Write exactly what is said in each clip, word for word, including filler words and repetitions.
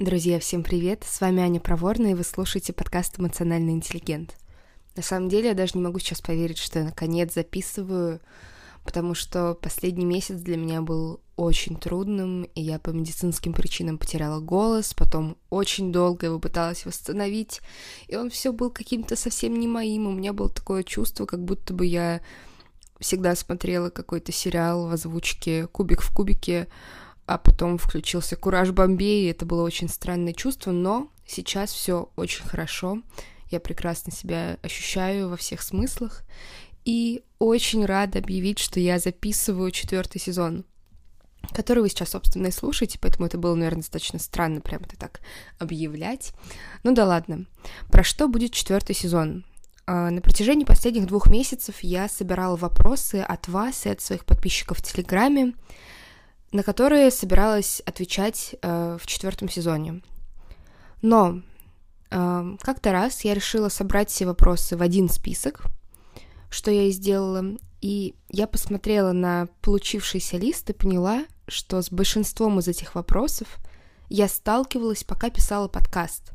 Друзья, всем привет! С вами Аня Проворная, и вы слушаете подкаст «Эмоциональный интеллигент». На самом деле, я даже не могу сейчас поверить, что я наконец записываю, потому что последний месяц для меня был очень трудным, и я по медицинским причинам потеряла голос, потом очень долго его пыталась восстановить, и он все был каким-то совсем не моим. У меня было такое чувство, как будто бы я всегда смотрела какой-то сериал в озвучке «Кубик в кубике», а потом включился «Кураж Бомбей», и это было очень странное чувство, но сейчас все очень хорошо, я прекрасно себя ощущаю во всех смыслах, и очень рада объявить, что я записываю четвертый сезон, который вы сейчас, собственно, и слушаете, поэтому это было, наверное, достаточно странно прям это так объявлять. Ну да ладно. Про что будет четвертый сезон? На протяжении последних двух месяцев я собирала вопросы от вас и от своих подписчиков в Телеграме, на которые собиралась отвечать э, в четвертом сезоне. Но э, как-то раз я решила собрать все вопросы в один список, что я и сделала, и я посмотрела на получившийся лист и поняла, что с большинством из этих вопросов я сталкивалась, пока писала подкаст.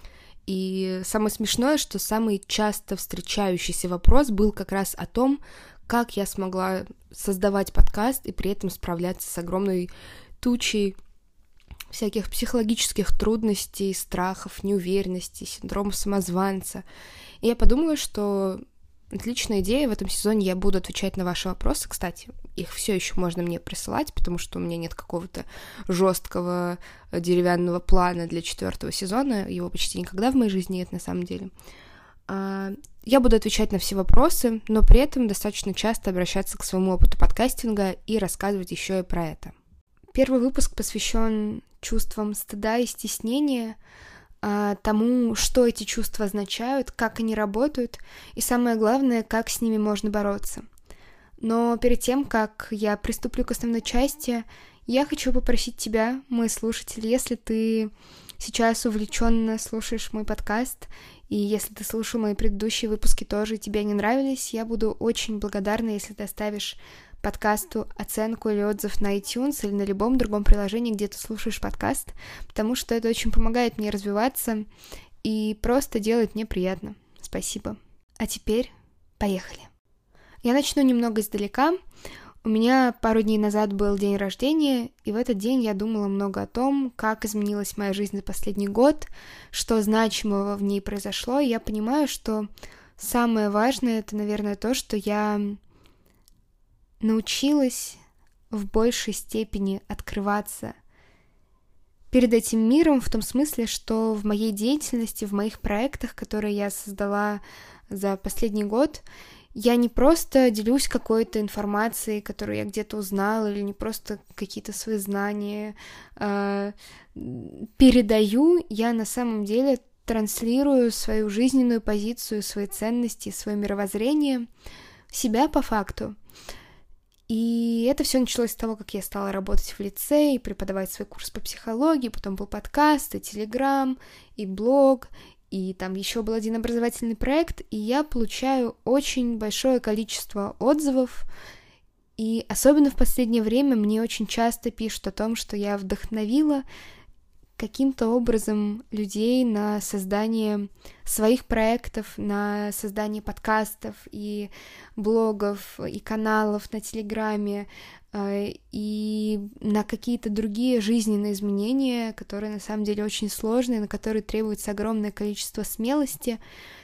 И самое смешное, что самый часто встречающийся вопрос был как раз о том, как я смогла создавать подкаст и при этом справляться с огромной тучей всяких психологических трудностей, страхов, неуверенности, синдрома самозванца. И я подумала, что отличная идея, в этом сезоне я буду отвечать на ваши вопросы. Кстати, их все еще можно мне присылать, потому что у меня нет какого-то жесткого деревянного плана для четвертого сезона, его почти никогда в моей жизни нет на самом деле. Я буду отвечать на все вопросы, но при этом достаточно часто обращаться к своему опыту подкастинга и рассказывать еще и про это. Первый выпуск посвящен чувствам стыда и стеснения, тому, что эти чувства означают, как они работают, и самое главное, как с ними можно бороться. Но перед тем, как я приступлю к основной части, я хочу попросить тебя, мой слушатель, если ты сейчас увлеченно слушаешь мой подкаст, и если ты слушал мои предыдущие выпуски тоже, и тебе не нравились, я буду очень благодарна, если ты оставишь подкасту оценку или отзыв на iTunes или на любом другом приложении, где ты слушаешь подкаст, потому что это очень помогает мне развиваться и просто делает мне приятно. Спасибо. А теперь поехали. Я начну немного издалека. У меня пару дней назад был день рождения, и в этот день я думала много о том, как изменилась моя жизнь за последний год, что значимого в ней произошло, и я понимаю, что самое важное — это, наверное, то, что я научилась в большей степени открываться перед этим миром, в том смысле, что в моей деятельности, в моих проектах, которые я создала за последний год, я не просто делюсь какой-то информацией, которую я где-то узнала, или не просто какие-то свои знания э, передаю, я на самом деле транслирую свою жизненную позицию, свои ценности, свое мировоззрение, себя по факту. И это все началось с того, как я стала работать в лицее, преподавать свой курс по психологии, потом был подкаст, и телеграм, и блог, и там еще был один образовательный проект, и я получаю очень большое количество отзывов, и особенно в последнее время мне очень часто пишут о том, что я вдохновила каким-то образом людей на создание своих проектов, на создание подкастов и блогов, и каналов на Телеграме, и на какие-то другие жизненные изменения, которые на самом деле очень сложные, на которые требуется огромное количество смелости.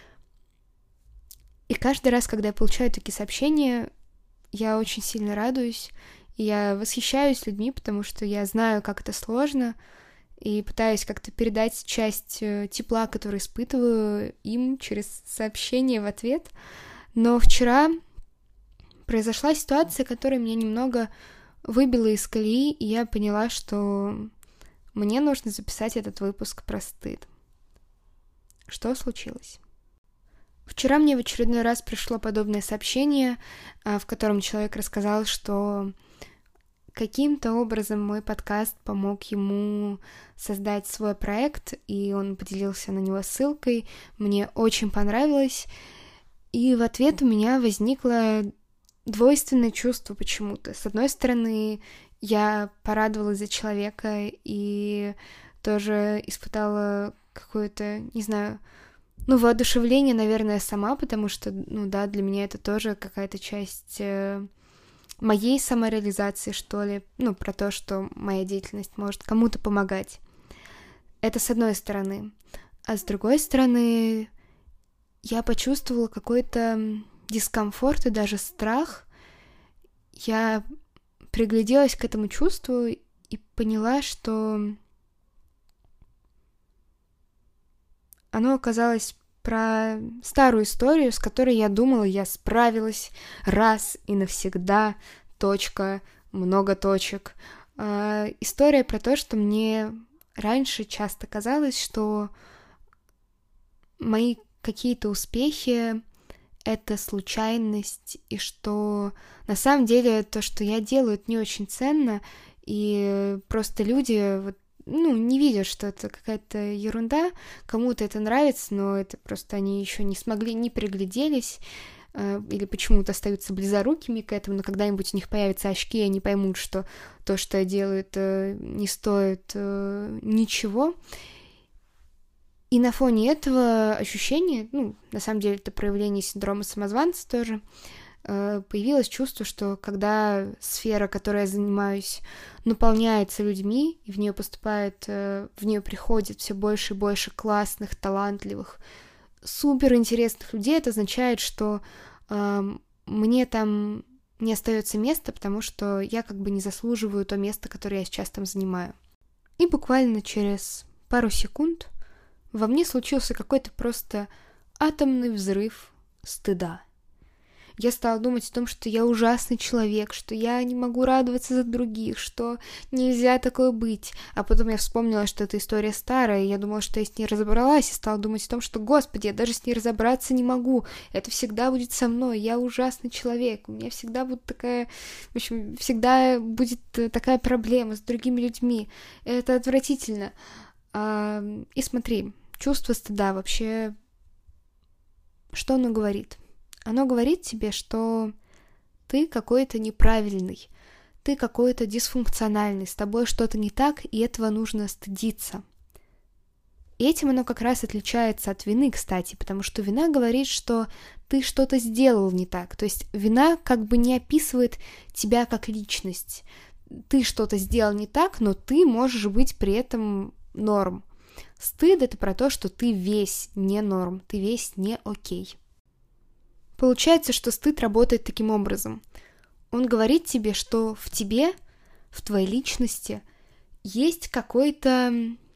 И каждый раз, когда я получаю такие сообщения, я очень сильно радуюсь, и я восхищаюсь людьми, потому что я знаю, как это сложно, и пытаюсь как-то передать часть тепла, который испытываю им через сообщение в ответ. Но вчера произошла ситуация, которая меня немного выбила из колеи, и я поняла, что мне нужно записать этот выпуск про стыд. Что случилось? Вчера мне в очередной раз пришло подобное сообщение, в котором человек рассказал, что каким-то образом мой подкаст помог ему создать свой проект, и он поделился на него ссылкой. Мне очень понравилось, и в ответ у меня возникло двойственное чувство почему-то. С одной стороны, я порадовалась за человека, и тоже испытала какое-то, не знаю, ну, воодушевление, наверное, сама, потому что, ну да, для меня это тоже какая-то часть э, моей самореализации, что ли, ну, про то, что моя деятельность может кому-то помогать. Это с одной стороны. А с другой стороны, я почувствовала какой-то дискомфорт и даже страх. Я пригляделась к этому чувству и поняла, что оно оказалось про старую историю, с которой я думала, я справилась раз и навсегда, точка, много точек. А, история про то, что мне раньше часто казалось, что мои какие-то успехи — это случайность, и что на самом деле то, что я делаю, это не очень ценно, и просто люди вот, ну, не видят, что это какая-то ерунда, кому-то это нравится, но это просто они еще не смогли, не пригляделись, э, или почему-то остаются близорукими к этому, но когда-нибудь у них появятся очки, и они поймут, что то, что я делаю, это не стоит э, ничего. И на фоне этого ощущения, ну, на самом деле это проявление синдрома самозванца тоже, появилось чувство, что когда сфера, которой я занимаюсь, наполняется людьми, и в нее поступает, в нее приходит все больше и больше классных, талантливых, суперинтересных людей, это означает, что э, мне там не остается места, потому что я как бы не заслуживаю то место, которое я сейчас там занимаю. И буквально через пару секунд во мне случился какой-то просто атомный взрыв стыда. Я стала думать о том, что я ужасный человек, что я не могу радоваться за других, что нельзя такое быть. А потом я вспомнила, что эта история старая, и я думала, что я с ней разобралась, и стала думать о том, что, господи, я даже с ней разобраться не могу. Это всегда будет со мной, я ужасный человек, у меня всегда будет такая, в общем, всегда будет такая проблема с другими людьми. Это отвратительно. А, и смотри, чувство стыда вообще, что оно говорит? Оно говорит тебе, что ты какой-то неправильный, ты какой-то дисфункциональный, с тобой что-то не так, и этого нужно стыдиться. И этим оно как раз отличается от вины, кстати, потому что вина говорит, что ты что-то сделал не так. То есть вина как бы не описывает тебя как личность. Ты что-то сделал не так, но ты можешь быть при этом норм. Стыд — это про то, что ты весь не норм, ты весь не окей. Получается, что стыд работает таким образом. Он говорит тебе, что в тебе, в твоей личности, есть какой-то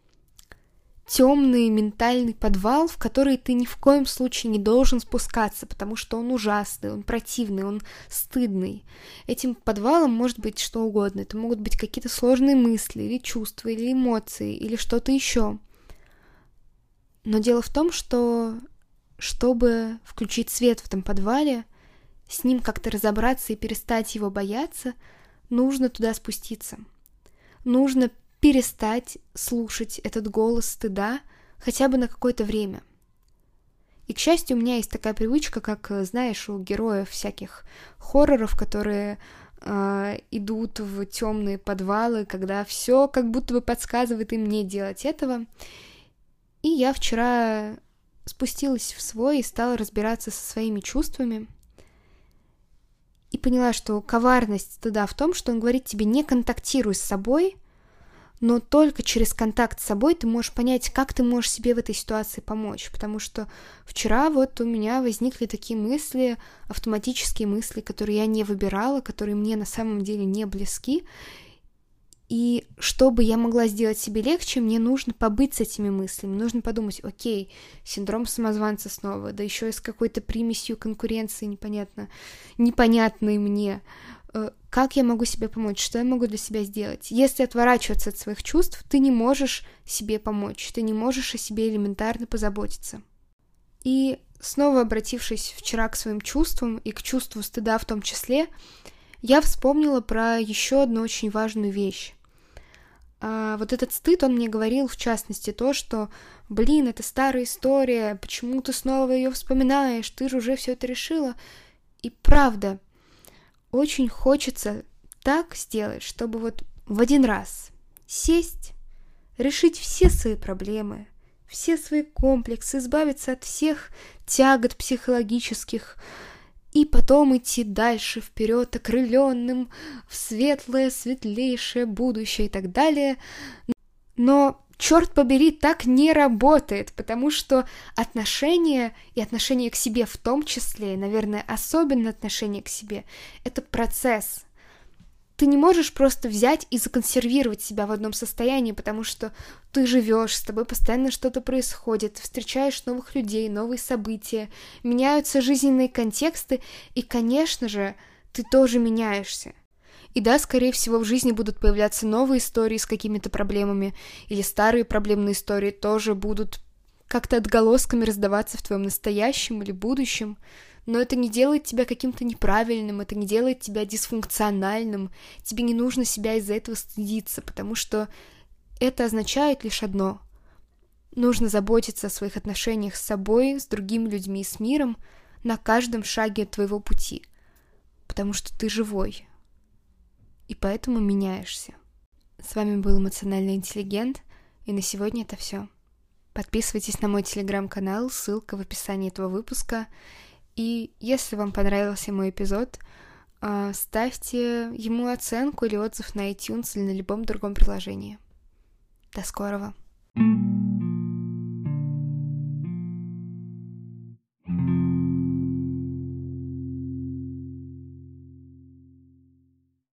темный ментальный подвал, в который ты ни в коем случае не должен спускаться, потому что он ужасный, он противный, он стыдный. Этим подвалом может быть что угодно. Это могут быть какие-то сложные мысли, или чувства, или эмоции, или что-то еще. Но дело в том, что чтобы включить свет в этом подвале, с ним как-то разобраться и перестать его бояться, нужно туда спуститься. Нужно перестать слушать этот голос стыда хотя бы на какое-то время. И, к счастью, у меня есть такая привычка, как, знаешь, у героев всяких хорроров, которые э, идут в темные подвалы, когда все как будто бы подсказывает им не делать этого. И я вчера спустилась в свой и стала разбираться со своими чувствами. И поняла, что коварность стыда в том, что он говорит тебе: не контактируй с собой, но только через контакт с собой ты можешь понять, как ты можешь себе в этой ситуации помочь. Потому что вчера вот у меня возникли такие мысли, автоматические мысли, которые я не выбирала, которые мне на самом деле не близки. И чтобы я могла сделать себе легче, мне нужно побыть с этими мыслями, нужно подумать: окей, синдром самозванца снова, да еще и с какой-то примесью конкуренции непонятно, непонятной мне. Как я могу себе помочь? Что я могу для себя сделать? Если отворачиваться от своих чувств, ты не можешь себе помочь, ты не можешь о себе элементарно позаботиться. И снова обратившись вчера к своим чувствам и к чувству стыда в том числе, я вспомнила про еще одну очень важную вещь. А вот этот стыд, он мне говорил, в частности, то, что, блин, это старая история, почему ты снова ее вспоминаешь, ты же уже все это решила. И правда, очень хочется так сделать, чтобы вот в один раз сесть, решить все свои проблемы, все свои комплексы, избавиться от всех тягот психологических, и потом идти дальше, вперед, окрыленным, в светлое, светлейшее будущее и так далее. Но, черт побери, так не работает, потому что отношения, и отношения к себе в том числе, и, наверное, особенно отношения к себе, это процесс. Ты не можешь просто взять и законсервировать себя в одном состоянии, потому что ты живешь, с тобой постоянно что-то происходит, встречаешь новых людей, новые события, меняются жизненные контексты, и, конечно же, ты тоже меняешься. И да, скорее всего, в жизни будут появляться новые истории с какими-то проблемами, или старые проблемные истории тоже будут как-то отголосками раздаваться в твоем настоящем или будущем. Но это не делает тебя каким-то неправильным, это не делает тебя дисфункциональным, тебе не нужно себя из-за этого стыдиться, потому что это означает лишь одно. Нужно заботиться о своих отношениях с собой, с другими людьми и с миром на каждом шаге твоего пути, потому что ты живой, и поэтому меняешься. С вами был Эмоциональный интеллигент, и на сегодня это все. Подписывайтесь на мой телеграм-канал, ссылка в описании этого выпуска. И если вам понравился мой эпизод, ставьте ему оценку или отзыв на iTunes или на любом другом приложении. До скорого! thank you